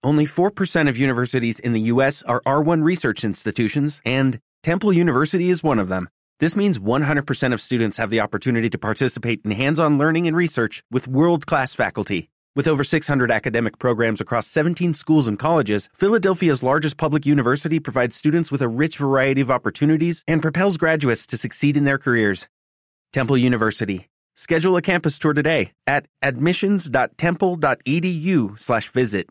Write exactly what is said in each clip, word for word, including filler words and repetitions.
Only four percent of universities in the U S are R one research institutions, and Temple University is one of them. This means one hundred percent of students have the opportunity to participate in hands-on learning and research with world-class faculty. With over six hundred academic programs across seventeen schools and colleges, Philadelphia's largest public university provides students with a rich variety of opportunities and propels graduates to succeed in their careers. Temple University. Schedule a campus tour today at admissions.temple.edu slash visit.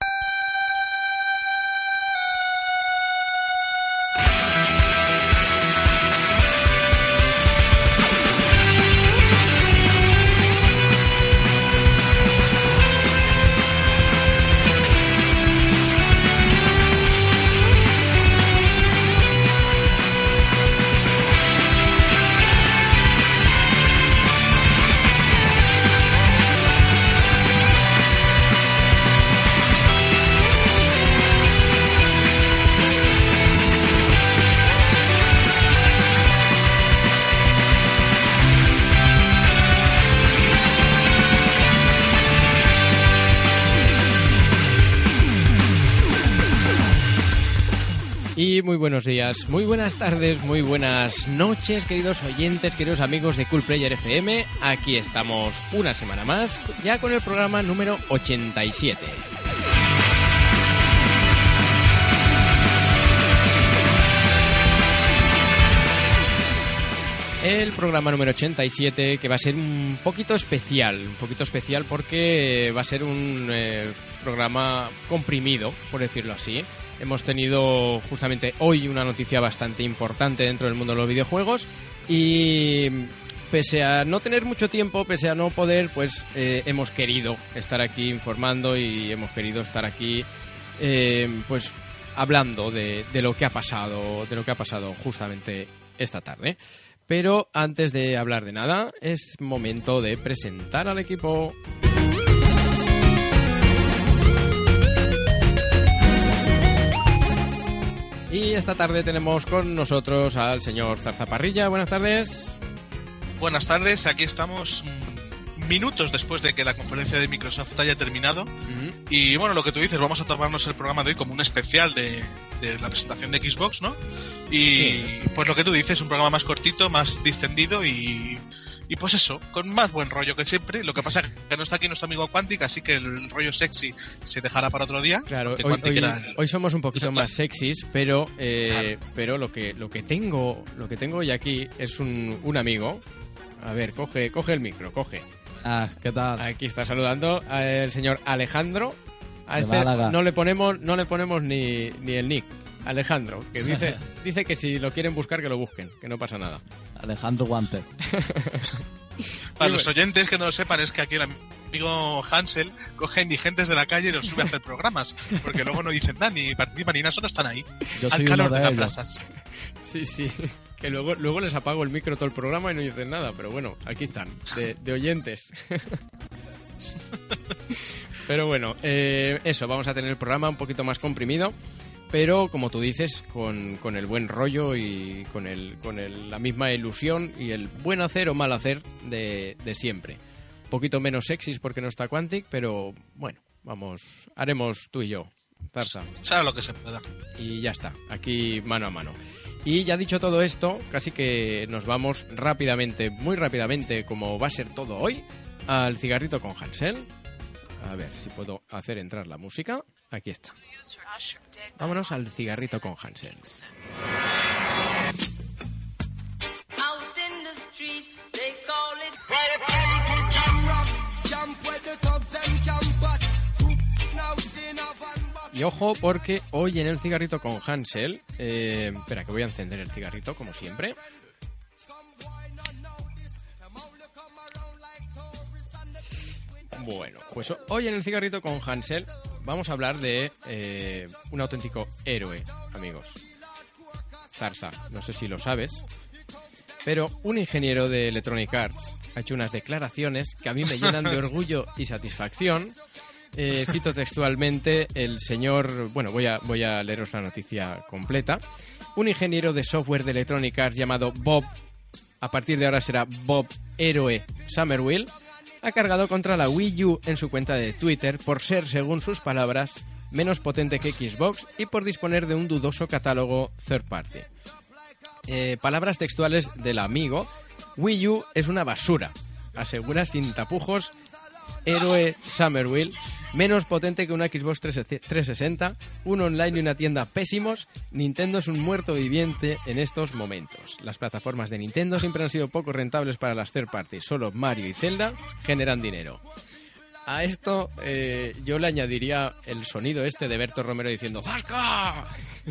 Y muy buenos días, muy buenas tardes, muy buenas noches, queridos oyentes, queridos amigos de Cool Player F M. Aquí estamos una semana más, ya con el programa número ochenta y siete. El programa número ochenta y siete, que va a ser un poquito especial, un poquito especial porque va a ser un eh, programa comprimido, por decirlo así. Hemos tenido justamente hoy una noticia bastante importante dentro del mundo de los videojuegos y pese a no tener mucho tiempo, pese a no poder, pues eh, hemos querido estar aquí informando y hemos querido estar aquí eh, pues hablando de, de lo que ha pasado, de lo que ha pasado justamente esta tarde. Pero antes de hablar de nada, es momento de presentar al equipo. Y esta tarde tenemos con nosotros al señor Zarzaparrilla. Buenas tardes. Buenas tardes, aquí estamos minutos después de que la conferencia de Microsoft haya terminado. Uh-huh. Y bueno, lo que tú dices, vamos a tomarnos el programa de hoy como un especial de, de la presentación de Xbox, ¿no? Y sí, pues lo que tú dices, un programa más cortito, más distendido y... Y pues eso, con más buen rollo que siempre. Lo que pasa es que no está aquí nuestro amigo Quantic, así que el rollo sexy se dejará para otro día. Claro, hoy, hoy, el... hoy somos un poquito más sexys, pero eh, claro. pero lo que lo que tengo lo que tengo hoy aquí es un, un amigo. A ver, coge coge el micro, coge. Ah, ¿qué tal? Aquí está saludando al señor Alejandro. A este no le ponemos no le ponemos ni, ni el nick. Alejandro, que dice dice que si lo quieren buscar que lo busquen, que no pasa nada. Alejandro Guante. Para los oyentes que no lo sepan, es que aquí el amigo Hansel coge indigentes de la calle y los sube a hacer programas, porque luego no dicen nada, ni participan ni nada, solo están ahí. Yo al soy calor uno de, de las ellos. plazas. Sí, sí. Que luego, luego les apago el micro todo el programa y no dicen nada, pero bueno, aquí están, de, de oyentes. Pero bueno, eh, eso, vamos a tener el programa un poquito más comprimido. Pero, como tú dices, con, con el buen rollo y con el con el, la misma ilusión y el buen hacer o mal hacer de, de siempre. Un poquito menos sexys porque no está Quantic, pero bueno, vamos, haremos tú y yo, Zarza. Sabe lo que se pueda. Y ya está, aquí mano a mano. Y ya dicho todo esto, casi que nos vamos rápidamente, muy rápidamente, como va a ser todo hoy, al cigarrito con Hansel. A ver si puedo hacer entrar la música. Aquí está. Vámonos al cigarrito con Hansel. Y ojo, porque hoy en el cigarrito con Hansel... Eh, espera, que voy a encender el cigarrito, como siempre. Bueno, pues hoy en el cigarrito con Hansel vamos a hablar de eh, un auténtico héroe, amigos. Zarza, no sé si lo sabes, pero un ingeniero de Electronic Arts ha hecho unas declaraciones que a mí me llenan de orgullo y satisfacción. Eh, cito textualmente el señor... Bueno, voy a, voy a leeros la noticia completa. Un ingeniero de software de Electronic Arts llamado Bob, a partir de ahora será Bob Héroe Somerville, ha cargado contra la Wii U en su cuenta de Twitter por ser, según sus palabras, menos potente que Xbox y por disponer de un dudoso catálogo third party. Eh, palabras textuales del amigo: Wii U es una basura, asegura sin tapujos Héroe Somerville, menos potente que una Xbox trescientos sesenta, un online y una tienda pésimos. Nintendo es un muerto viviente en estos momentos. Las plataformas de Nintendo siempre han sido poco rentables para las third parties. Solo Mario y Zelda generan dinero. A esto eh, yo le añadiría el sonido este de Berto Romero diciendo ¡Zasca!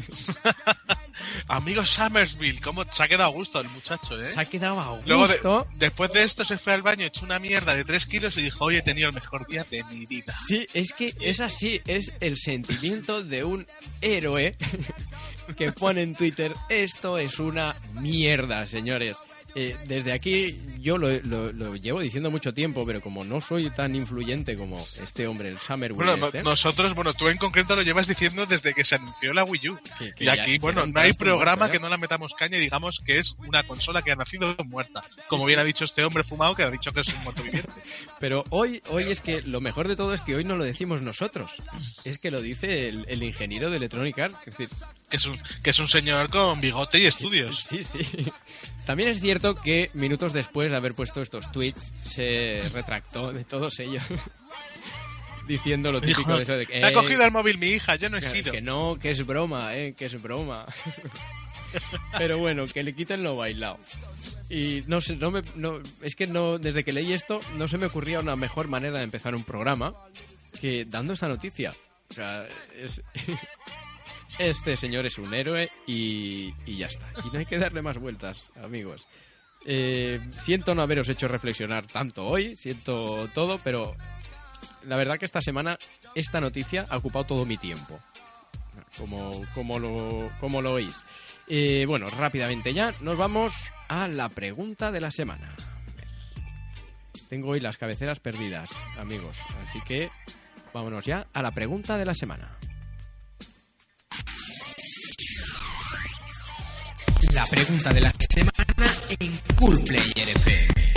Amigo Somerville, cómo se ha quedado a gusto el muchacho, ¿eh? Se ha quedado a gusto. Luego, de, después de esto se fue al baño, echó una mierda de tres kilos y dijo, hoy he tenido el mejor día de mi vida. Sí, es que es así, es el sentimiento de un héroe que pone en Twitter, esto es una mierda, señores. Eh, desde aquí yo lo, lo, lo llevo diciendo mucho tiempo, pero como no soy tan influyente como este hombre, el Somerville. Bueno, este, no, nosotros, bueno, tú en concreto lo llevas diciendo desde que se anunció la Wii U. Que, que y aquí, ya, bueno, no hay programa muerto, ¿eh? Que no la metamos caña y digamos que es una consola que ha nacido muerta. Como sí, bien sí. ha dicho este hombre fumado, que ha dicho que es un muerto viviente. Pero hoy, hoy es que lo mejor de todo es que hoy no lo decimos nosotros. Es que lo dice el, el ingeniero de Electronic Arts. Es decir, que es un, que es un señor con bigote y estudios. Sí, sí. sí. También es cierto que minutos después de haber puesto estos tweets se retractó de todos ellos diciendo lo típico Dijo, de eso de que... Me ha cogido el móvil mi hija, yo no he que, sido. Que no, que es broma, eh, que es broma. Pero bueno, que le quiten lo bailado. Y no sé, no me, no, es que no, desde que leí esto no se me ocurría una mejor manera de empezar un programa que dando esta noticia. O sea, es... Este señor es un héroe y, y ya está. Y no hay que darle más vueltas, amigos. Eh, siento no haberos hecho reflexionar tanto hoy, siento todo, pero la verdad que esta semana esta noticia ha ocupado todo mi tiempo. Como, como, lo, como lo oís. Eh, bueno, rápidamente ya nos vamos a la pregunta de la semana. Tengo hoy las cabeceras perdidas, amigos. Así que vámonos ya a la pregunta de la semana. La pregunta de la semana en Cool Player F M.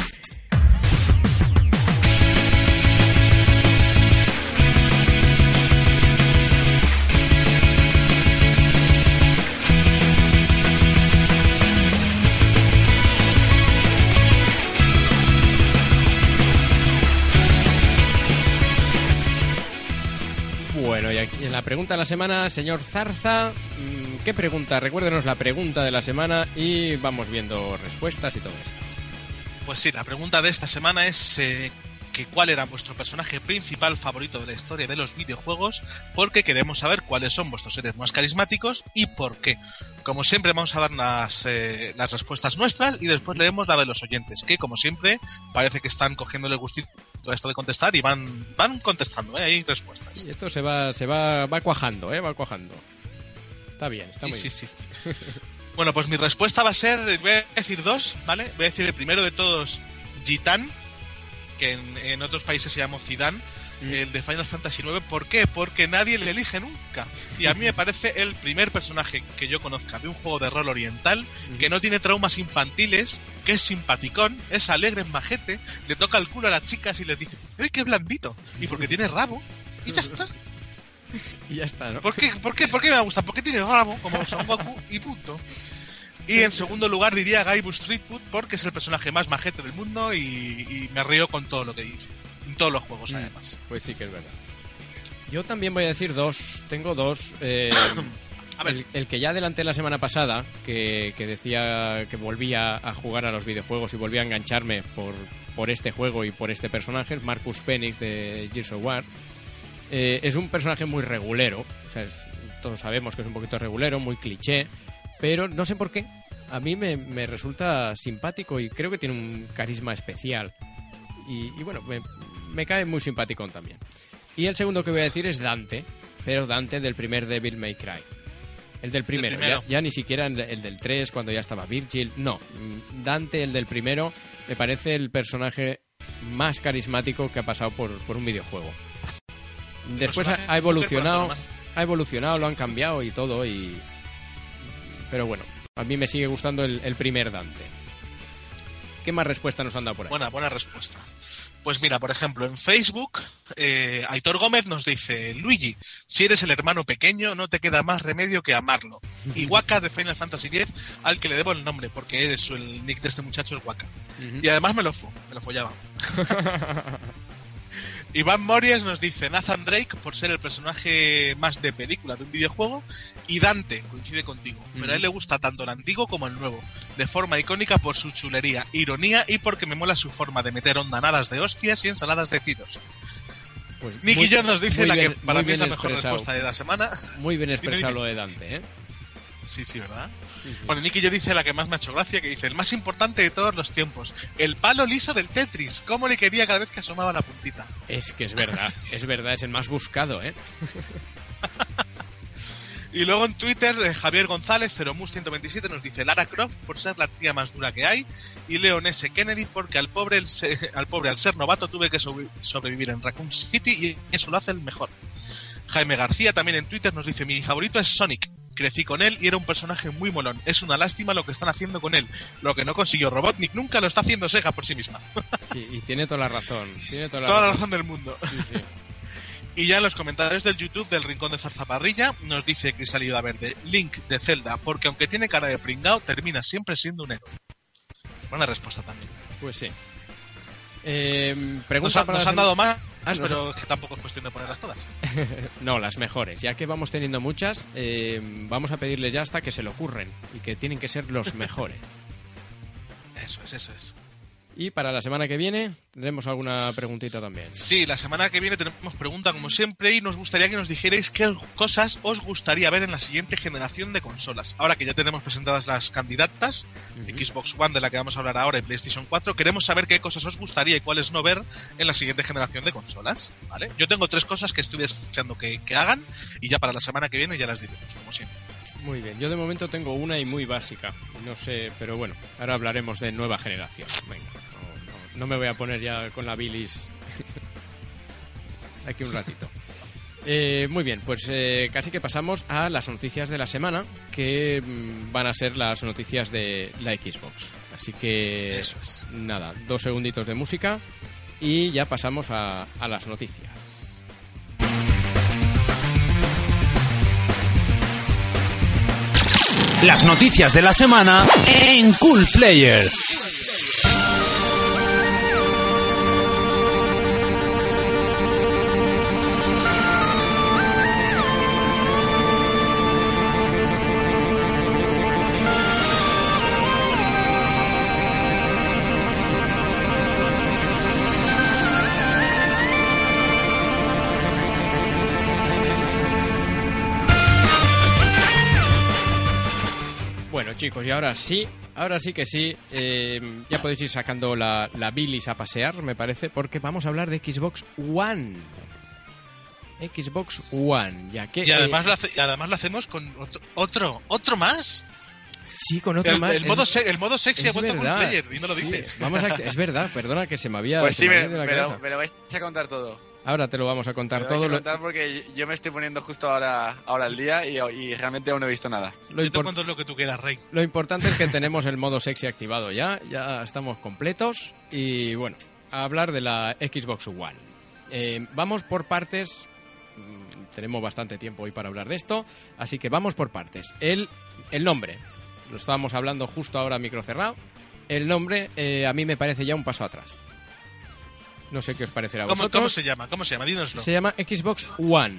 Bueno, y aquí en la pregunta de la semana, señor Zarza, ¿qué pregunta? Recuérdenos la pregunta de la semana y vamos viendo respuestas y todo esto. Pues sí, la pregunta de esta semana es eh, que cuál era vuestro personaje principal favorito de la historia de los videojuegos, porque queremos saber cuáles son vuestros seres más carismáticos y por qué. Como siempre vamos a dar las, eh, las respuestas nuestras y después leemos la de los oyentes, que como siempre parece que están cogiéndole gustito a esto de contestar y van van contestando, ¿eh? Hay respuestas. Y esto se va se va va cuajando, ¿eh? Va cuajando. Está bien, está sí, muy sí, bien. Sí, sí. Bueno, pues mi respuesta va a ser, voy a decir dos, ¿vale? Voy a decir el primero de todos, Gitán, que en, en otros países se llama Zidane, mm. el de Final Fantasy nueve. ¿Por qué? Porque nadie le elige nunca. Y a mí me parece el primer personaje que yo conozca de un juego de rol oriental, mm. que no tiene traumas infantiles, que es simpaticón, es alegre, es majete, le toca el culo a las chicas y les dice, ¡ay, qué blandito! Y porque tiene rabo, y ya está. Y ya está, ¿no? ¿Por qué, por qué, por qué me gusta? Porque tiene rabo, como Son Goku, y punto. Y en segundo lugar diría Guybrush Threepwood, porque es el personaje más majete del mundo y, y me río con todo lo que dice. En todos los juegos, mm, además. Pues sí que es verdad. Yo también voy a decir dos. Tengo dos. Eh, a ver. El, el que ya adelanté la semana pasada, que, que decía que volvía a jugar a los videojuegos y volvía a engancharme por, por este juego y por este personaje, Marcus Phoenix de Gears of War. Eh, es un personaje muy regulero, o sea, es, todos sabemos que es un poquito regulero, muy cliché, pero no sé por qué, a mí me, me resulta simpático y creo que tiene un carisma especial y, y bueno, me, me cae muy simpático también. Y el segundo que voy a decir es Dante, pero Dante del primer Devil May Cry. El del primero, el primero. Ya, ya ni siquiera el, el del tres cuando ya estaba Virgil, no, Dante, el del primero, me parece el personaje más carismático que ha pasado por, por un videojuego. Después ha, ha evolucionado, ha evolucionado, lo han cambiado y todo, y pero bueno, a mí me sigue gustando el, el primer Dante. ¿Qué más respuesta nos han dado por ahí? Buena, buena respuesta. Pues mira, por ejemplo, en Facebook, eh, Aitor Gómez nos dice: Luigi, si eres el hermano pequeño, no te queda más remedio que amarlo. Y Waka de Final Fantasy diez, al que le debo el nombre, porque es el nick de este muchacho es Waka. Uh-huh. Y además me lo fue, me lo follaba. Iván Mories nos dice: Nathan Drake, por ser el personaje más de película de un videojuego, y Dante, coincide contigo, mm. pero a él le gusta tanto el antiguo como el nuevo, de forma icónica por su chulería, ironía y porque me mola su forma de meter ondanadas de hostias y ensaladas de tiros. Pues Nicky John nos dice la bien, que para mí es la mejor expresado. respuesta de la semana. Muy bien expresado lo de Dante, ¿eh? Sí, sí, ¿verdad? Sí, sí. Bueno, Nicky yo dice la que más me ha hecho gracia, que dice: el más importante de todos los tiempos, el palo liso del Tetris. ¿Cómo le quería cada vez que asomaba la puntita? Es que es verdad, es verdad, es el más buscado, ¿eh? Y luego en Twitter, eh, Javier González, Ceromus ciento veintisiete, nos dice: Lara Croft por ser la tía más dura que hay, y Leon S. Kennedy porque al pobre, el se, al pobre al ser novato tuve que sobre, sobrevivir en Raccoon City y eso lo hace el mejor. Jaime García también en Twitter nos dice: mi favorito es Sonic. Crecí con él y era un personaje muy molón. Es una lástima lo que están haciendo con él. Lo que no consiguió Robotnik nunca lo está haciendo Sega por sí misma. Sí, y tiene toda la razón. Tiene toda la, toda razón. la razón del mundo. Sí, sí. Y ya en los comentarios del YouTube del Rincón de Zarzaparrilla nos dice Crisálida Verde: Link de Zelda, porque aunque tiene cara de pringao, termina siempre siendo un héroe. Buena respuesta también. Pues sí. Eh, pregunta nos, para nos han dado más, ah, pero no. es que tampoco es cuestión de ponerlas todas. No, las mejores. Ya que vamos teniendo muchas, eh, vamos a pedirles ya hasta que se le ocurren y que tienen que ser los mejores. Eso es, eso es. Y para la semana que viene tendremos alguna preguntita también. Sí, la semana que viene tenemos pregunta como siempre y nos gustaría que nos dijerais qué cosas os gustaría ver en la siguiente generación de consolas. Ahora que ya tenemos presentadas las candidatas, uh-huh. Xbox One de la que vamos a hablar ahora y PlayStation cuatro, queremos saber qué cosas os gustaría y cuáles no ver en la siguiente generación de consolas, ¿vale? Yo tengo tres cosas que estoy deseando que, que hagan y ya para la semana que viene ya las diremos, como siempre. Muy bien, yo de momento tengo una y muy básica, no sé, pero bueno, ahora hablaremos de nueva generación. Venga, no, no, no me voy a poner ya con la bilis aquí un ratito. Eh, muy bien, pues eh, casi que pasamos a las noticias de la semana, que mmm, van a ser las noticias de la Xbox. Así que, eso es. Nada, dos segunditos de música y ya pasamos a, a las noticias. Las noticias de la semana en Cool Player. Chicos, y ahora sí, ahora sí que sí, eh, ya podéis ir sacando la, la bilis a pasear, me parece, porque vamos a hablar de Xbox One. Xbox One, ya que... Y además, eh, lo, hace, y además lo hacemos con otro, otro, otro más. Sí, con otro el, más. El, es, modo, se, el modo sexy ha vuelto verdad, con player y no lo sí, dices. Vamos a, es verdad, perdona que se me había... Pues sí, me, me, me, lo, me lo vais a contar todo. Ahora te lo vamos a contar me todo. Lo vais a contar porque yo me estoy poniendo justo ahora, ahora al día y, y realmente aún no he visto nada. Lo yo te cuento lo que tú quieras, Rey. Lo importante es que tenemos el modo sexy activado ya, ya estamos completos y bueno, a hablar de la Xbox One. Eh, vamos por partes, tenemos bastante tiempo hoy para hablar de esto, así que vamos por partes. El, el nombre, lo estábamos hablando justo ahora a micro cerrado, el nombre eh, a mí me parece ya un paso atrás. No sé qué os parecerá a vosotros. ¿Cómo, ¿Cómo se llama? ¿Cómo se llama? Dínoslo. Se llama Xbox One.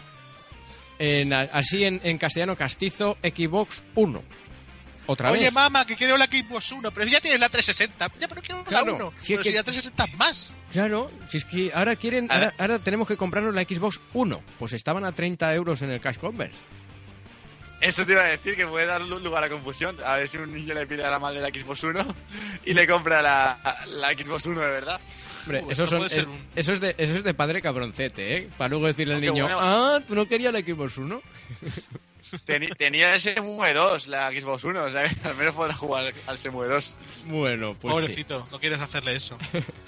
En, así en, en castellano castizo, Xbox Uno. Otra Oye, vez. Oye, mamá, que quiero la Xbox Uno, pero ya tienes la trescientos sesenta. Ya, pero quiero claro, la Uno. Si pero es que... si la trescientos sesenta es más. Claro, si es que ahora quieren... Ahora, ahora tenemos que comprarnos la Xbox Uno. Pues estaban a treinta euros en el Cash Converse. Eso te iba a decir, que puede dar lugar a confusión. A ver si un niño le pide a la madre la Xbox Uno y le compra la, la Xbox Uno de verdad. Hombre, uh, eso, son, es, un... un... eso, es de, eso es de padre cabroncete, ¿eh? Para luego decirle al oh, niño, bueno. ah, ¿tú no querías la Xbox Uno? Ten, tenía el Semue dos, la Xbox Uno, o sea, que al menos podrá jugar al Semue dos. Bueno, pues pobrecito, sí. No quieres hacerle eso.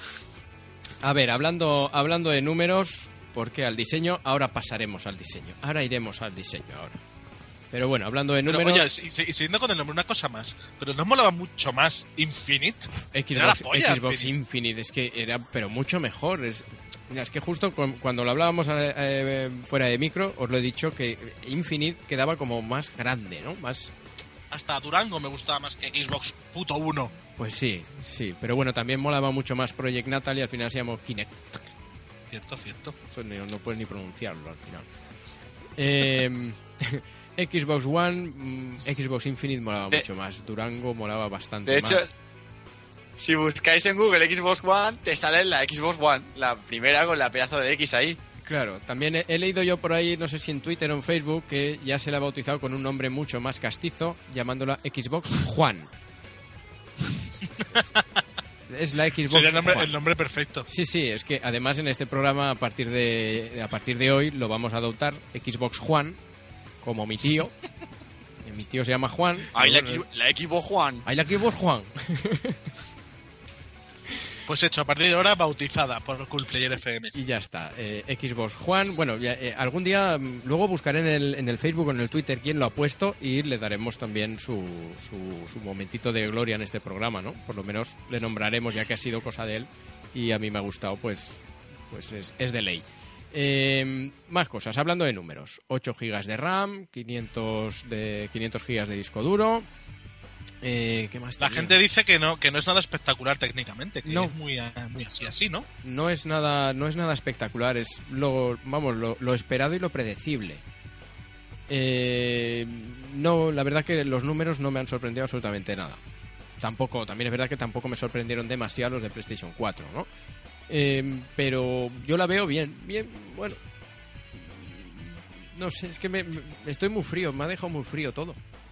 A ver, hablando, hablando de números, porque al diseño, ahora pasaremos al diseño. Ahora iremos al diseño, ahora. Pero bueno, hablando de Pero, números... oye, y, y siguiendo con el nombre, una cosa más. Pero ¿no molaba mucho más Infinite? Era la Xbox, polla, Xbox Infinite, es que era pero mucho mejor. Es, mira, es que justo cu- cuando lo hablábamos eh, eh, fuera de micro, os lo he dicho que Infinite quedaba como más grande, ¿no? Más... Hasta Durango me gustaba más que Xbox puto uno. Pues sí, sí. Pero bueno, también molaba mucho más Project Natal y al final se llamó Kinect. Cierto, cierto. Eso no, no puedes ni pronunciarlo al final. Eh, Xbox One, mm, Xbox Infinite molaba De- mucho más. Durango molaba bastante De más. hecho, si buscáis en Google Xbox One, te sale la Xbox One, la primera con la pedazo de X ahí. Claro, también he, he leído yo por ahí, no sé si en Twitter o en Facebook, que ya se la ha bautizado con un nombre mucho más castizo, llamándola Xbox Juan. Es la Xbox Sería el nombre, Juan. el nombre perfecto. Sí, sí, es que además en este programa a partir de a partir de hoy lo vamos a adoptar Xbox Juan, como mi tío. Eh, Mi tío se llama Juan. Ay, la, Bueno, X- la Xbox One. Ay, la Xbox Juan. Pues hecho, a partir de ahora bautizada por Coolplayer F M. Y ya está. Eh, Xbox Juan. Bueno, ya, eh, algún día, mm, luego buscaré en el, en el Facebook o en el Twitter quién lo ha puesto y le daremos también su, su, su momentito de gloria en este programa, ¿no? Por lo menos le nombraremos ya que ha sido cosa de él y a mí me ha gustado, pues, pues es, es de ley. Eh, más cosas, hablando de números. ocho gigas de RAM, quinientos, de, quinientos gigas de disco duro. Eh, ¿Qué más La tenía? gente dice que no que no es nada espectacular técnicamente, que No. es muy, eh, muy así, así, ¿no? No es nada, no es nada espectacular, es lo, vamos, lo, lo esperado y lo predecible. Eh, no, la verdad que los números no me han sorprendido absolutamente nada. Tampoco, también es verdad que tampoco me sorprendieron demasiado los de PlayStation cuatro, ¿no? Eh, pero yo la veo bien, bien, bueno. No sé, es que me, me- estoy muy frío, me ha dejado muy frío todo.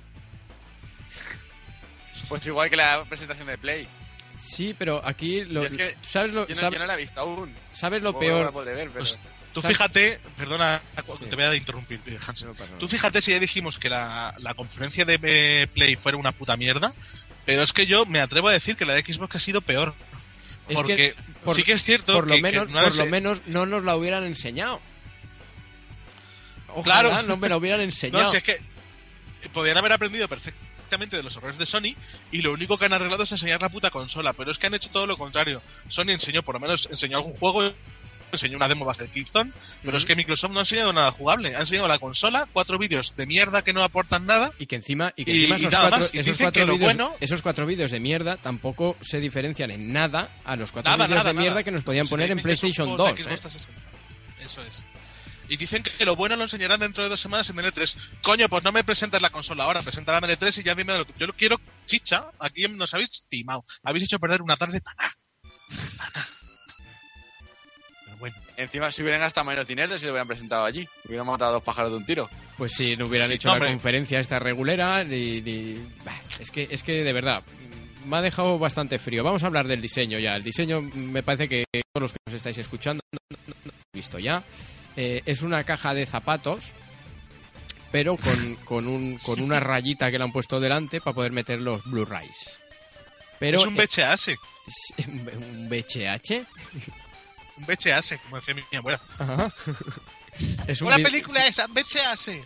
Pues igual que la presentación de Play. Sí, pero aquí lo, Yo es que ¿sabes lo, Yo no, sab- yo no la he visto aún. ¿sabes lo Luego no la peor? podré ver, pero... Pues tú ¿Sabes? fíjate, perdona, Sí. te voy a interrumpir, eh, Hansen. No pasa nada. Tú fíjate si ya dijimos que la, la conferencia de eh, Play fuera una puta mierda, pero es que yo me atrevo a decir que la de Xbox ha sido peor. Es Porque que por- sí que es cierto por lo que, que menos, no por es- lo menos no nos la hubieran enseñado. Ojalá Claro. no me la hubieran enseñado. No, si es que podrían haber aprendido perfectamente de los errores de Sony y lo único que han arreglado es enseñar la puta consola, pero es que han hecho todo lo contrario. Sony enseñó, por lo menos enseñó algún juego, enseñó una demo bastante Killzone, pero Ujú. es que Microsoft no ha enseñado nada jugable. Ha enseñado la consola, cuatro vídeos de mierda que no aportan nada. Y que encima, y que Y- encima y esos, nada cuatro, más. Y esos, dicen cuatro que lo vídeos, bueno- esos cuatro vídeos de mierda tampoco se diferencian en nada a los cuatro Nada, vídeos nada, de mierda nada. que nos podían Sí, poner en dicen que son PlayStation juegos dos. de ¿eh? Xbox trescientos sesenta. Eso es. Y dicen que lo bueno lo enseñarán dentro de dos semanas en el E tres. Coño, pues no me presentes la consola ahora, presenta la E tres y ya dime lo que yo lo quiero chicha. Aquí nos habéis timado. Habéis hecho perder una tarde para nada. Para nada. Pero bueno. Encima, si hubieran gastado menos dinero, si lo hubieran presentado allí. Hubieran matado a dos pájaros de un tiro. Pues si no hubieran Sí, hecho no, la hombre. conferencia esta regulera, ni, ni- bah, es que es que de verdad me ha dejado bastante frío. Vamos a hablar del diseño ya. El diseño me parece que todos los que nos estáis escuchando no, no- no lo habéis visto ya. Eh, es una caja de zapatos, pero con, con, un, con una rayita que le han puesto delante para poder meter los Blu-rays. Pero es un V H S. eh, un V H H. Un V H S, como decía mi, mi abuela. Ajá. Es un Una vid- película esa, V H S.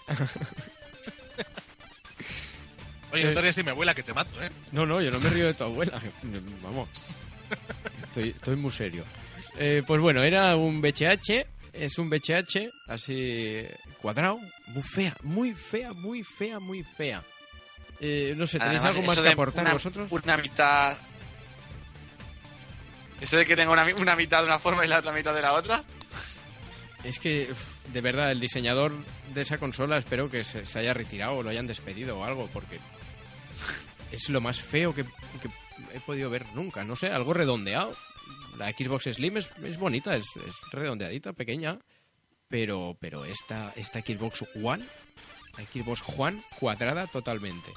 Oye, no te rías de mi abuela, que te mato, ¿eh? No, no, yo no me río de tu abuela. Vamos. Estoy, estoy muy serio. Eh, pues bueno, era un V H H. Es un V H H así cuadrado. Muy fea, muy fea, muy fea, muy fea. Eh, no sé, ¿tenéis Además, algo más eso que de aportar una, vosotros? Una mitad... Eso de que tenga una, una mitad de una forma y la otra mitad de la otra. Es que, uf, de verdad, el diseñador de esa consola espero que se, se haya retirado o lo hayan despedido o algo, porque es lo más feo que, que he podido ver nunca. No sé, algo redondeado. La Xbox Slim es, es bonita, es, es redondeadita, pequeña, pero pero esta, esta Xbox One, la Xbox One, cuadrada totalmente.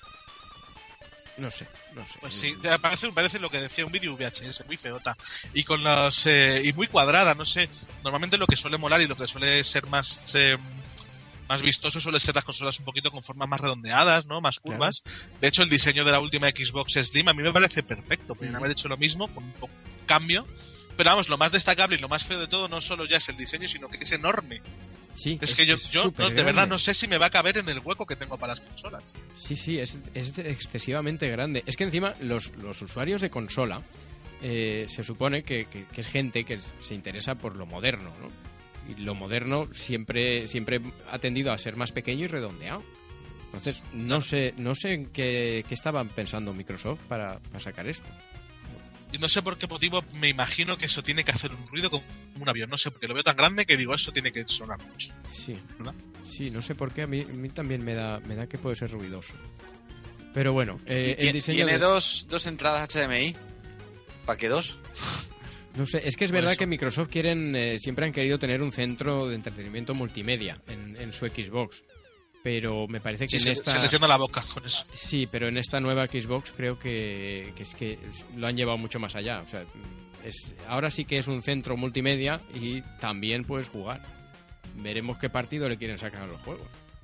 No sé, no sé. Pues sí, te parece, parece lo que decía un vídeo V H S, muy feota. Y con los eh, y muy cuadrada, no sé. Normalmente lo que suele molar y lo que suele ser más eh, más vistoso suele ser las consolas un poquito con formas más redondeadas, ¿no? Más curvas. De hecho, el diseño de la última Xbox Slim a mí me parece perfecto. Podrían haber hecho lo mismo con un poco de cambio. Pero vamos, lo más destacable y lo más feo de todo no solo ya es el diseño, sino que es enorme. Sí, Es, es que yo, es yo no, de supergrande. verdad no sé si me va a caber en el hueco que tengo para las consolas. Sí, sí, es, es excesivamente grande. Es que encima los, los usuarios de consola eh, se supone que, que, que es gente que se interesa por lo moderno, ¿no? Y lo moderno siempre, siempre ha tendido a ser más pequeño y redondeado. Entonces, no sé, no sé en qué, qué estaban pensando Microsoft para, para sacar esto. Y no sé por qué motivo me imagino que eso tiene que hacer un ruido como un avión. No sé, porque lo veo tan grande que digo, eso tiene que sonar mucho. Sí, ¿Verdad? sí, no sé por qué, a mí, a mí también me da, me da que puede ser ruidoso. Pero bueno, eh, Y el tie- diseño tiene de- dos, dos entradas H D M I. ¿Para qué dos? No sé, es que es Por verdad eso. que Microsoft quieren, eh, siempre han querido tener un centro de entretenimiento multimedia en, en su Xbox. Pero me parece que Sí, en se, esta... se les llena la boca con eso. Sí, pero en esta nueva Xbox creo que, que es que lo han llevado mucho más allá. O sea, es, ahora sí que es un centro multimedia y también puedes jugar. Veremos qué partido le quieren sacar a los juegos.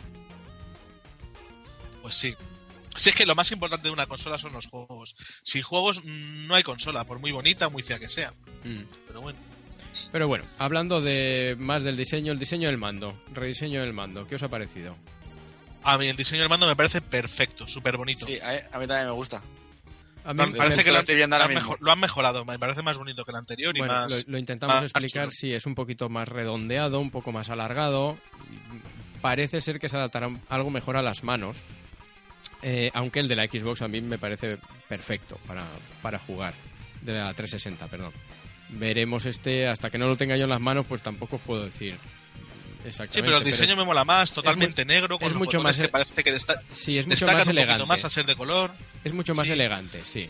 Pues sí. Si es que lo más importante de una consola son los juegos. Sin juegos mm, no hay consola, por muy bonita o muy fea que sea. Mm. Pero bueno. Pero bueno, hablando de más del diseño, el diseño del mando, rediseño del mando, ¿qué os ha parecido? A mí el diseño del mando me parece perfecto, súper bonito. Sí, a, a mí también me gusta. A mí, Me parece que lo lo, estoy viendo lo ahora han mismo. mejor- lo han mejorado, me parece más bonito que el anterior y bueno, más... lo, lo intentamos más explicar, chulo. sí, es un poquito más redondeado, un poco más alargado. Parece ser que se adaptará algo mejor a las manos. Eh, aunque el de la Xbox a mí me parece perfecto para, para jugar. De la trescientos sesenta, perdón. Veremos este, hasta que no lo tenga yo en las manos, pues tampoco os puedo decir exactamente. Sí, pero el diseño es- me mola más, totalmente mu- negro, con es los mucho botones más- que parece que desta- Sí, es mucho destacan más un poquito elegante. más a ser de color. Es mucho más Sí. elegante, sí.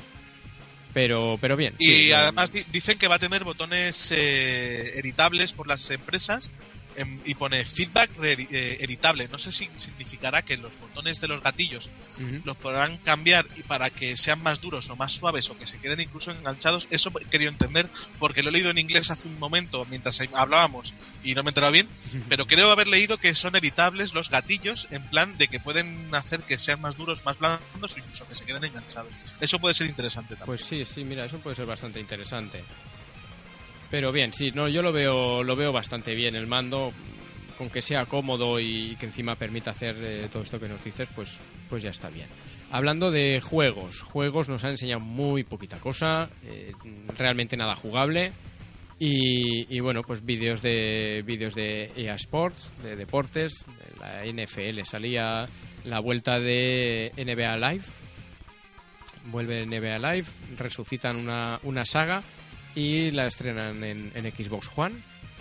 Pero, pero bien. Y sí, no- además di- dicen que va a tener botones eh, editables por las empresas em, y pone feedback re- eh, editable. No sé si significará que los botones de los gatillos Ujú. los podrán cambiar y para que sean más duros o más suaves o que se queden incluso enganchados. Eso he querido entender porque lo he leído en inglés hace un momento mientras hablábamos y no me he enterado bien, pero creo haber leído que son editables los gatillos en plan de que pueden hacer que sean más duros, más blandos o incluso que se queden enganchados. Eso puede ser interesante también. Pues sí, sí, mira, eso puede ser bastante interesante. Pero bien, sí, no, yo lo veo, lo veo bastante bien el mando, con que sea cómodo y que encima permita hacer eh, todo esto que nos dices, pues, pues ya está bien. Hablando de juegos, juegos nos han enseñado muy poquita cosa, eh, realmente nada jugable. Y, y bueno, pues vídeos de vídeos de E A Sports, de deportes, de la N F L salía la vuelta de N B A Live. Vuelve N B A Live, resucitan una, una saga y la estrenan en, en Xbox One.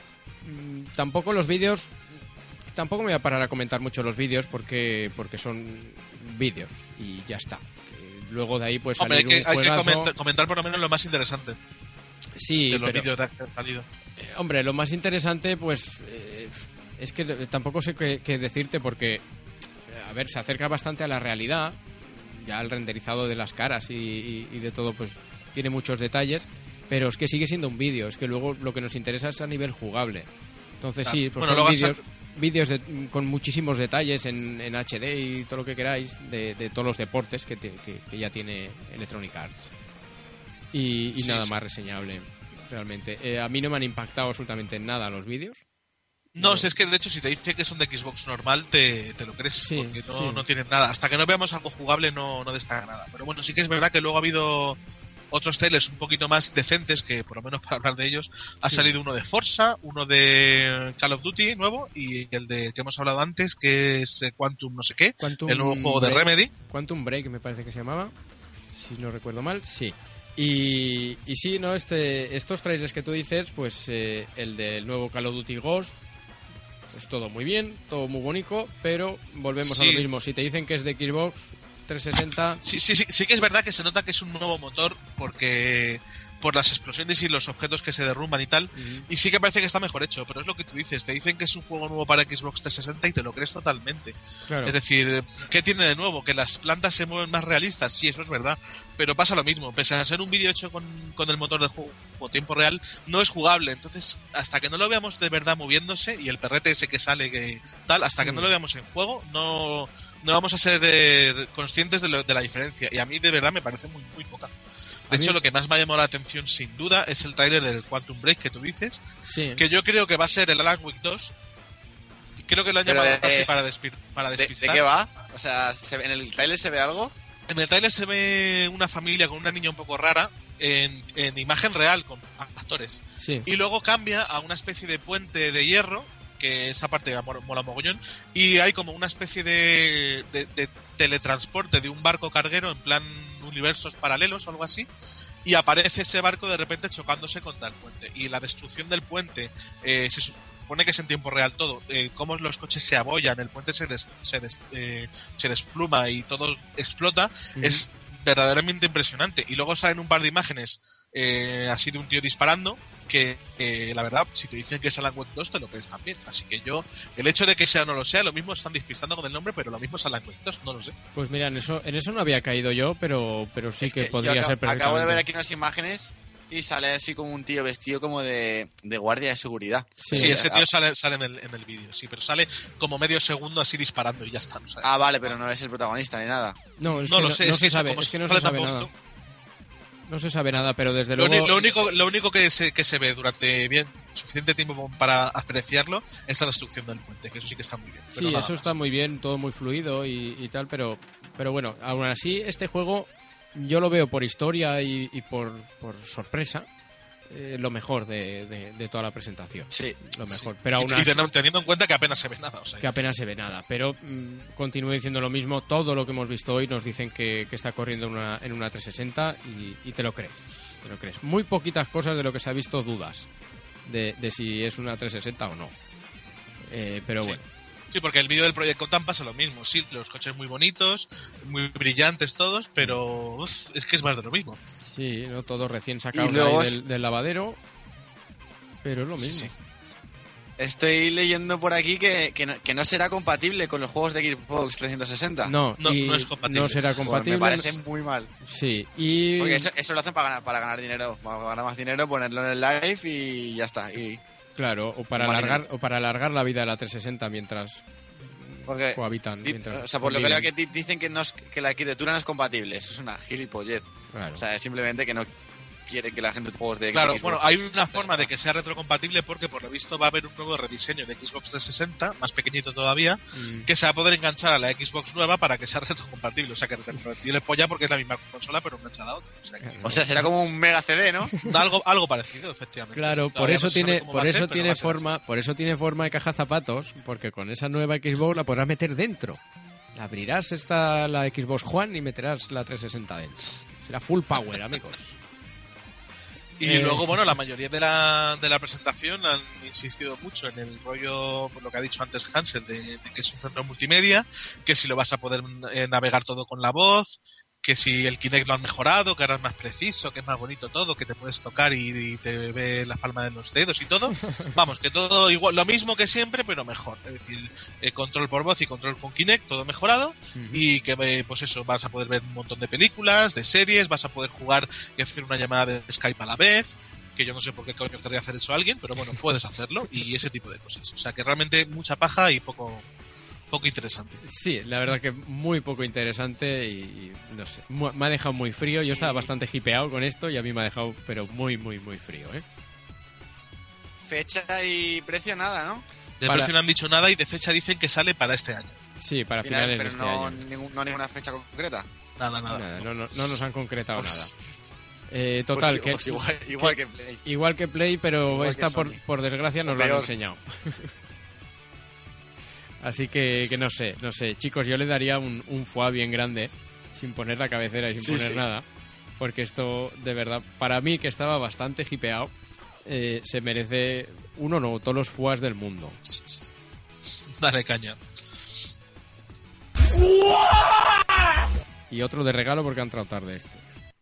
Mm, Tampoco los vídeos, tampoco me voy a parar a comentar mucho los vídeos porque porque son vídeos y ya está. Que luego de ahí pues Hombre, hay salir que, un hay que juegazo. comentar, comentar por lo menos lo más interesante Sí, de los pero- vídeos que han salido. Eh, Hombre, lo más interesante, pues, eh, es que tampoco sé qué, qué decirte porque, eh, a ver, se acerca bastante a la realidad. Ya el renderizado de las caras y, y- y de todo, pues, tiene muchos detalles. Pero es que sigue siendo un vídeo. Es que luego lo que nos interesa es a nivel jugable. Entonces, Claro. sí, pues Bueno, son luego vídeos, hasta- vídeos de- con muchísimos detalles en, en H D y todo lo que queráis de, de todos los deportes que, te- que- que ya tiene Electronic Arts. Y, y Sí, nada sí. más reseñable, realmente. Eh, a mí no me han impactado absolutamente en nada los vídeos. No, No. si es que de hecho si te dice que son de Xbox normal te, te lo crees, Sí, porque no, sí. no tienen nada. Hasta que no veamos algo jugable no, no destaca nada. Pero bueno, sí que es verdad que luego ha habido otros trailers un poquito más decentes, que por lo menos para hablar de ellos, ha Sí. salido uno de Forza, uno de Call of Duty nuevo y el de que hemos hablado antes, que es eh, Quantum no sé qué, Quantum el nuevo juego de Break. Remedy. Quantum Break me parece que se llamaba, si no recuerdo mal, sí. Y, y sí, no, este, estos trailers que tú dices, pues eh, el del nuevo Call of Duty Ghost, es todo muy bien, todo muy bonito, pero volvemos a Sí. lo mismo. Si te dicen que es de Xbox trescientos sesenta, Sí, sí, sí, sí que es verdad que se nota que es un nuevo motor porque por las explosiones y los objetos que se derrumban y tal. Ujú. Y sí que parece que está mejor hecho, pero es lo que tú dices. Te dicen que es un juego nuevo para Xbox trescientos sesenta y te lo crees totalmente. claro. Es decir, ¿qué tiene de nuevo? Que las plantas se mueven más realistas. Sí, eso es verdad. Pero pasa lo mismo. Pese a ser un vídeo hecho con, con el motor de juego o tiempo real, no es jugable. Entonces, hasta que no lo veamos de verdad moviéndose y el perrete ese que sale, que tal, hasta que Mm. no lo veamos en juego, no, no vamos a ser eh, conscientes de, lo- de la diferencia. Y a mí, de verdad, me parece muy, muy poca. De A mí- hecho, lo que más me ha llamado la atención, sin duda, es el tráiler del Quantum Break que tú dices, Sí. que yo creo que va a ser el Alan Wake dos, Creo que lo han Pero llamado de- así para, despir, para ¿De, despistar. ¿De qué va? O sea, ¿se ve- ¿en el trailer se ve algo? En el tráiler se ve una familia con una niña un poco rara en, en imagen real con actores. Sí. Y luego cambia a una especie de puente de hierro, que esa parte mola mola mogollón, y hay como una especie de, de, de teletransporte de un barco carguero en plan universos paralelos o algo así, y aparece ese barco de repente chocándose contra el puente. Y la destrucción del puente, eh, se supone que es en tiempo real todo, eh, cómo los coches se abollan, el puente se, des, se, des, eh, se despluma y todo explota, Ujú. es verdaderamente impresionante. Y luego salen un par de imágenes eh, así de un tío disparando que eh, la verdad, si te dicen que es Alan Wake dos, te lo crees también. Así que yo, el hecho de que sea o no lo sea, lo mismo están despistando con el nombre, pero lo mismo es Alan Wake dos, no lo sé. Pues mira, en eso, en eso no había caído yo, pero, pero sí Es que, que podría yo acabo, ser perfectamente. acabo de ver aquí unas imágenes y sale así como un tío vestido como de, de guardia de seguridad. Sí, Sí, ese ah, tío sale, sale en el, en el vídeo, sí, pero sale como medio segundo así disparando y ya está. ¿No sabes? Ah, vale, pero no es el protagonista ni nada. No, es no que lo no, sé, no es se que sabe, como es que no sale se sabe tan nada. poquito. No se sabe nada, pero desde Lo, luego. uni- lo único, lo único que se, que se ve durante bien suficiente tiempo como para apreciarlo es la destrucción del puente, que eso sí que está muy bien. pero Sí, nada eso más. está muy bien, todo muy fluido y, y tal, pero, pero bueno, aún así este juego yo lo veo por historia y, y por, por sorpresa eh, lo mejor de, de, de toda la presentación. Sí. Lo mejor, Sí. pero aún y, y así, ten- teniendo en cuenta que apenas se ve nada. O sea, que apenas se ve nada. Pero mm, continúo diciendo lo mismo, todo lo que hemos visto hoy nos dicen que, que está corriendo en una, en una trescientos sesenta y, y te lo crees, te lo crees. Muy poquitas cosas de lo que se ha visto dudas de, de si es una trescientos sesenta o no. Eh, pero Sí. bueno. Sí, porque el vídeo del Proyecto Gotham pasa lo mismo. Sí, los coches muy bonitos, muy brillantes todos, pero uf, es que es más de lo mismo. Sí, ¿no? Todo recién sacado Y luego ahí es- del, del lavadero. Pero es lo Sí, mismo. sí. Estoy leyendo por aquí que, que, no, que no será compatible con los juegos de Xbox trescientos sesenta. No, No, y no es compatible. no será Pues compatible. me parece muy mal. Sí, y. Porque eso, eso lo hacen para ganar, para ganar dinero. Para ganar más dinero, ponerlo en el live y ya está. Y, Claro, o para, Imagino. alargar, o para alargar la vida de la trescientos sesenta mientras porque, cohabitan. di- Mientras o sea, por lo que leo que conviven. di- dicen que, no es- que la arquitectura no es compatible. Eso es una gilipollez. Claro. O sea, es simplemente que no quiere que la gente juegue juegos de Claro, Xbox. bueno, hay una forma de que sea retrocompatible porque por lo visto va a haber un nuevo rediseño de Xbox trescientos sesenta, más pequeñito todavía, Mm, que se va a poder enganchar a la Xbox nueva para que sea retrocompatible. O sea, que te tiene polla porque es la misma consola pero enganchada a otra. O sea, que O sea, será como un mega C D, ¿no? algo, algo parecido, efectivamente. Claro, Sí, por todavía eso no se sabe tiene, cómo por va a eso ser, pero va tiene a ser forma, así. por eso tiene forma de caja zapatos, porque con esa nueva Xbox la podrás meter dentro. La abrirás esta la Xbox One y meterás la trescientos sesenta dentro. Será full power, amigos. Y Eh, luego, bueno, la mayoría de la, de la presentación han insistido mucho en el rollo, por lo que ha dicho antes Hansel, de, de que es un centro multimedia, que si lo vas a poder eh, navegar todo con la voz, que si el Kinect lo han mejorado, que ahora es más preciso, que es más bonito todo, que te puedes tocar y, y te ve las palmas de los dedos y todo. Vamos, que todo igual, lo mismo que siempre, pero mejor. Es decir, eh, control por voz y control con Kinect, todo mejorado. Ujú. Y que eh, pues eso, vas a poder ver un montón de películas, de series, vas a poder jugar y hacer una llamada de Skype a la vez, que yo no sé por qué coño querría hacer eso alguien, pero bueno, puedes hacerlo y ese tipo de cosas. O sea que realmente mucha paja y poco poco interesante. Sí, la verdad que muy poco interesante y, y no sé, mu- me ha dejado muy frío. Yo estaba bastante hipeado con esto y a mí me ha dejado, pero muy, muy, muy frío, ¿eh? Fecha y precio nada, ¿no? De Para- precio no han dicho nada y de fecha dicen que sale para este año. Sí, para Finales, finales de pero este no, año. ningún- no ninguna fecha concreta. Nada, nada. Nada, no, no, no nos han concretado Pues- nada. Eh, total, Pues- que pues igual, igual que Play. igual que Play, pero Igual que esta por, Sony. por desgracia nos O lo han peor. enseñado. Así que, que no sé, no sé. Chicos, yo le daría un, un foie bien grande, sin poner la cabecera y sin Sí, poner sí. nada. Porque esto, de verdad, para mí, que estaba bastante hipeado, eh, se merece uno no, todos los foies del mundo. Dale caña. Y otro de regalo porque ha entrado tarde este.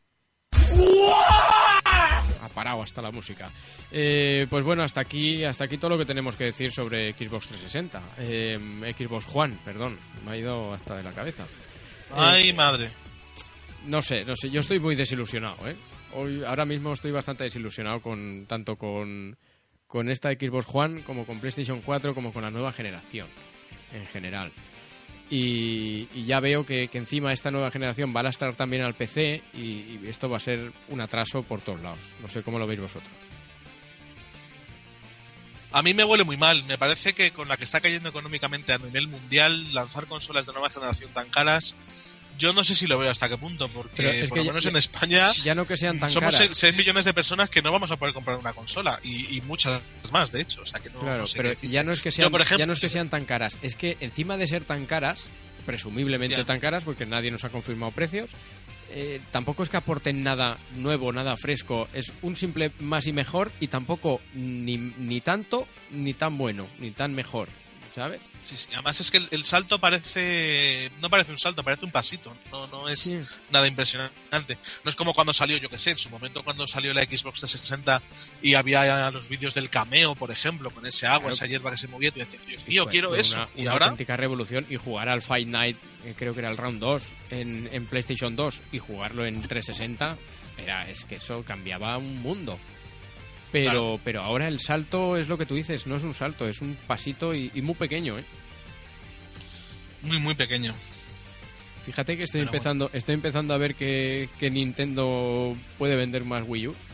Ha parado hasta la música. Eh, pues bueno, hasta aquí hasta aquí todo lo que tenemos que decir sobre Xbox trescientos sesenta. Eh, Xbox One, perdón. Me ha ido hasta de la cabeza. Ay, Eh, madre. No sé, no sé. Yo estoy muy desilusionado, ¿eh? Hoy, ahora mismo estoy bastante desilusionado con tanto con, con esta Xbox One como con PlayStation cuatro como con la nueva generación en general. Y, y ya veo que, que encima esta nueva generación va a lastrar también al P C y, y esto va a ser un atraso por todos lados. No sé cómo lo veis vosotros. A mí me huele muy mal. Me parece que con la que está cayendo económicamente a nivel mundial, lanzar consolas de nueva generación tan caras, yo no sé si lo veo hasta qué punto, porque por lo menos ya, en España ya no que sean tan somos caras. seis millones de personas que no vamos a poder comprar una consola y, y muchas más, de hecho. O sea, que no, claro, no sé pero ya no, es que sean, yo, por ejemplo, ya no es que sean tan caras, es que encima de ser tan caras, presumiblemente ya. tan caras, porque nadie nos ha confirmado precios, eh, tampoco es que aporten nada nuevo, nada fresco, es un simple más y mejor, y tampoco ni, ni tanto, ni tan bueno, ni tan mejor, ¿sabes? Sí, sí, además es que el, el salto parece, no parece un salto, parece un pasito, no, no es sí. nada impresionante. No es como cuando salió, yo que sé, en su momento cuando salió la Xbox trescientos sesenta y había los vídeos del cameo, por ejemplo, con ese agua, claro. esa hierba que se movía, y decías, Dios mío, quiero fue eso. Una, y una ahora auténtica revolución, y jugar al Fight Night, eh, creo que era el Round dos en, en PlayStation dos, y jugarlo en trescientos sesenta, era, es que eso cambiaba un mundo. Pero, claro. pero ahora el salto es lo que tú dices, no es un salto, es un pasito y, y muy pequeño, ¿eh? Muy, muy pequeño. Fíjate que estoy pero empezando bueno. estoy empezando a ver que, que Nintendo puede vender más Wii U.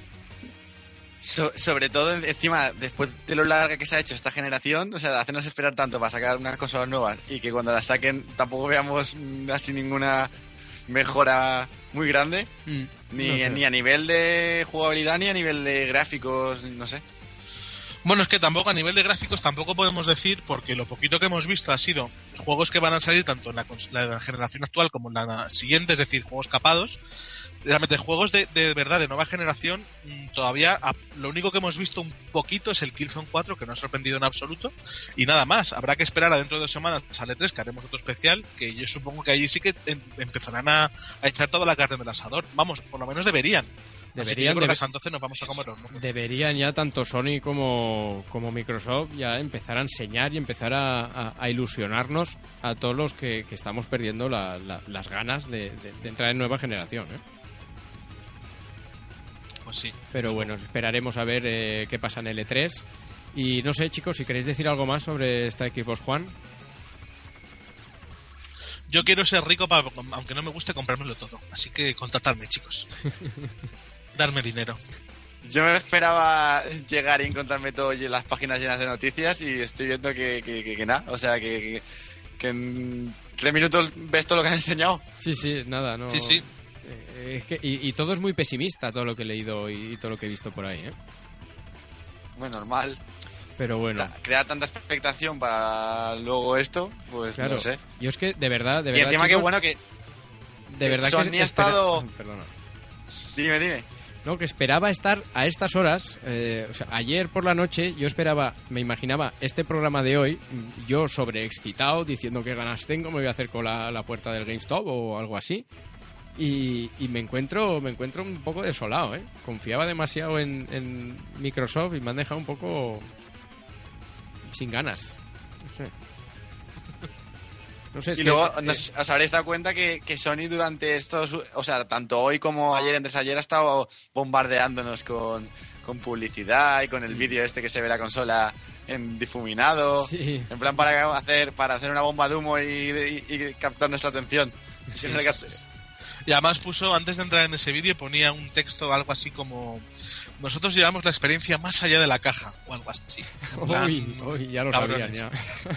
So, sobre todo, encima, después de lo larga que se ha hecho esta generación, o sea, hacernos esperar tanto para sacar unas consolas nuevas y que cuando las saquen tampoco veamos así ninguna mejora muy grande, mm, ni, no sé. ni a nivel de jugabilidad ni a nivel de gráficos, no sé. Bueno, es que tampoco a nivel de gráficos tampoco podemos decir, porque lo poquito que hemos visto ha sido juegos que van a salir tanto en la, la generación actual como en la siguiente, es decir, juegos capados. Realmente juegos de, de verdad de nueva generación, todavía lo único que hemos visto un poquito es el Killzone cuatro, que no ha sorprendido en absoluto, y nada más. Habrá que esperar a dentro de dos semanas sale tres, que haremos otro especial, que yo supongo que allí sí que em, empezarán a, a echar toda la carne del asador. Vamos, por lo menos deberían. Deberían, debe, que entonces nos vamos a comer los mocos. Deberían ya tanto Sony como, como Microsoft ya empezar a enseñar y empezar a, a, a ilusionarnos a todos los que, que estamos perdiendo la, la, las ganas de, de, de entrar en nueva generación, ¿eh? Pues sí. Pero bueno, esperaremos a ver eh, qué pasa en el E tres. Y no sé, chicos, si queréis decir algo más sobre esta Xbox One. Yo quiero ser rico, para, aunque no me guste, comprármelo todo. Así que contactadme, chicos. Darme dinero. Yo me esperaba llegar y encontrarme todo en las páginas llenas de noticias y estoy viendo que, que, que, que nada. O sea, que, que, que en tres minutos ves todo lo que han enseñado. Sí, sí, nada, no... Sí, sí. Es que, y, y todo es muy pesimista, todo lo que he leído y, y todo lo que he visto por ahí, ¿eh? Bueno, normal. Pero bueno. Ta- crear tanta expectación para luego esto, pues claro. no sé. Yo es que, de verdad, de verdad. Y encima chicos, que bueno que. De verdad Sony que. ha estado. Perdona. Dime, dime. No, que esperaba estar a estas horas. Eh, o sea, ayer por la noche yo esperaba, me imaginaba este programa de hoy, yo sobreexcitado, diciendo qué ganas tengo, me voy a hacer con la, la puerta del GameStop o algo así. Y, y me encuentro me encuentro un poco desolado, ¿eh? Confiaba demasiado en, en Microsoft y me han dejado un poco sin ganas. No sé. No sé, es y que, luego eh, nos, os habréis dado cuenta que, que Sony durante estos... O sea, tanto hoy como ayer, antes de ayer, ha estado bombardeándonos con, con publicidad y con el vídeo este que se ve la consola en difuminado. Sí. En plan para hacer para hacer una bomba de humo y, y, y captar nuestra atención. Sí, sí, sí. Y además puso, antes de entrar en ese vídeo, ponía un texto algo así como: nosotros llevamos la experiencia más allá de la caja, o algo así. Plan, uy, uy, ya lo sabían, ya.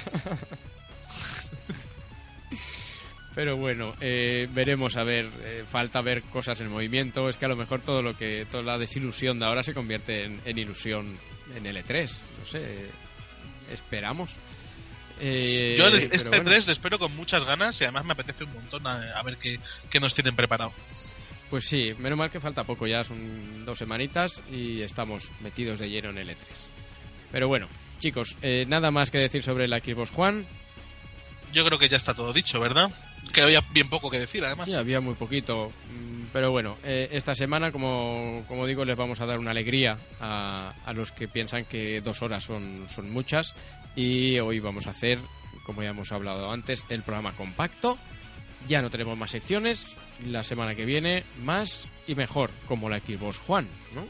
Pero bueno, eh, veremos, a ver, eh, falta ver cosas en movimiento. Es que a lo mejor todo lo que toda la desilusión de ahora se convierte en, en ilusión en el E tres. No sé, eh, esperamos. Eh, Yo sí, este bueno. E tres lo espero con muchas ganas y además me apetece un montón a, a ver qué, qué nos tienen preparado. Pues sí, menos mal que falta poco, ya son dos semanitas y estamos metidos de lleno en el E tres. Pero bueno, chicos, eh, nada más que decir sobre la Xbox One. Yo creo que ya está todo dicho, ¿verdad? Que había bien poco que decir, además. Sí, había muy poquito. Pero bueno, eh, esta semana, como, como digo, les vamos a dar una alegría a, a los que piensan que dos horas son, son muchas. Y hoy vamos a hacer, como ya hemos hablado antes, el programa compacto. Ya no tenemos más secciones. La semana que viene, más y mejor, como la Xbox One, ¿no?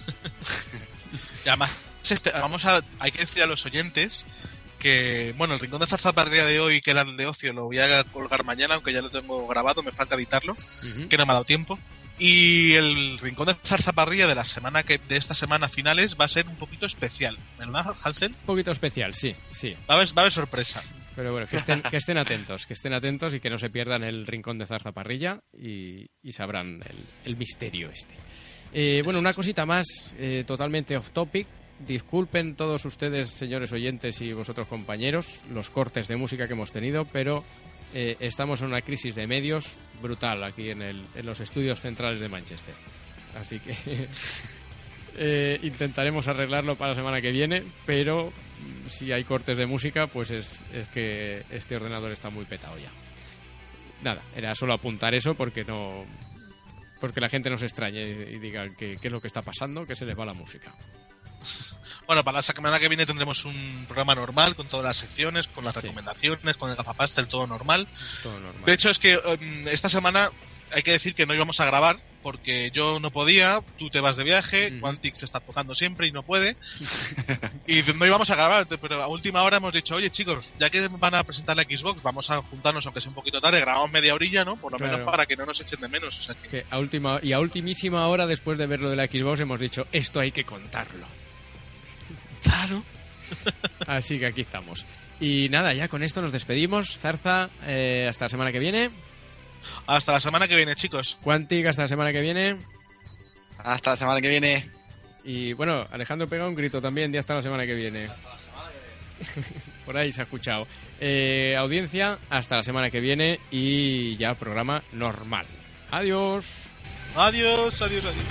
Y además, vamos a, hay que decir a los oyentes que, bueno, el rincón de zarzaparrilla de hoy, que era el de ocio, lo voy a colgar mañana, aunque ya lo tengo grabado, me falta editarlo, uh-huh. que no me ha dado tiempo. Y el rincón de zarzaparrilla de la semana que de esta semana finales va a ser un poquito especial, ¿verdad, Hansel? Un poquito especial, sí, sí. Va a haber, va a haber sorpresa. Pero bueno, que estén, que estén atentos, que estén atentos y que no se pierdan el rincón de zarzaparrilla y, y sabrán el, el misterio este. Eh, bueno, una cosita más, eh, totalmente off topic. Disculpen todos ustedes, señores oyentes y vosotros compañeros, los cortes de música que hemos tenido, pero eh, estamos en una crisis de medios brutal aquí en, el, en los estudios centrales de Manchester. Así que eh, intentaremos arreglarlo para la semana que viene, pero si hay cortes de música, pues es, es que este ordenador está muy petado ya. Nada, era solo apuntar eso porque no... porque la gente no se extrañe y diga qué es lo que está pasando, que se les va la música. Bueno, para la semana que viene tendremos un programa normal con todas las secciones, con las Sí. recomendaciones, con el gafapastel, todo normal. Todo normal. De hecho, es que um, esta semana hay que decir que no íbamos a grabar porque yo no podía, tú te vas de viaje, Ujú. Quantic se está tocando siempre y no puede. Y no íbamos a grabar, pero a última hora hemos dicho, oye chicos, ya que van a presentar la Xbox, vamos a juntarnos aunque sea un poquito tarde, grabamos media orilla, ¿no? Por lo Claro. menos para que no nos echen de menos. O sea que... Que a última, y a ultimísima hora, después de ver lo de la Xbox, hemos dicho, esto hay que contarlo. Claro. Así que aquí estamos. Y nada, ya con esto nos despedimos. Zarza, eh, hasta la semana que viene. Hasta la semana que viene, chicos. Quantic, hasta la semana que viene. Hasta la semana que viene. Y bueno, Alejandro pega un grito también de hasta la semana que viene. Por ahí se ha escuchado. Eh, audiencia, hasta la semana que viene y ya programa normal. Adiós. Adiós, adiós, adiós.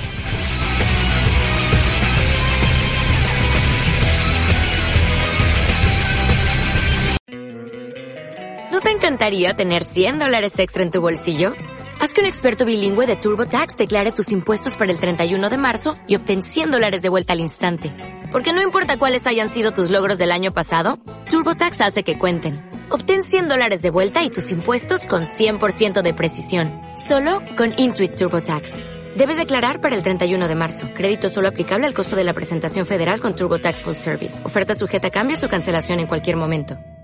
¿No te encantaría tener cien dólares extra en tu bolsillo? Haz que un experto bilingüe de TurboTax declare tus impuestos para el treinta y uno de marzo y obtén cien dólares de vuelta al instante. Porque no importa cuáles hayan sido tus logros del año pasado, TurboTax hace que cuenten. Obtén cien dólares de vuelta y tus impuestos con cien por ciento de precisión. Solo con Intuit TurboTax. Debes declarar para el treinta y uno de marzo. Crédito solo aplicable al costo de la presentación federal con TurboTax Full Service. Oferta sujeta a cambios o cancelación en cualquier momento.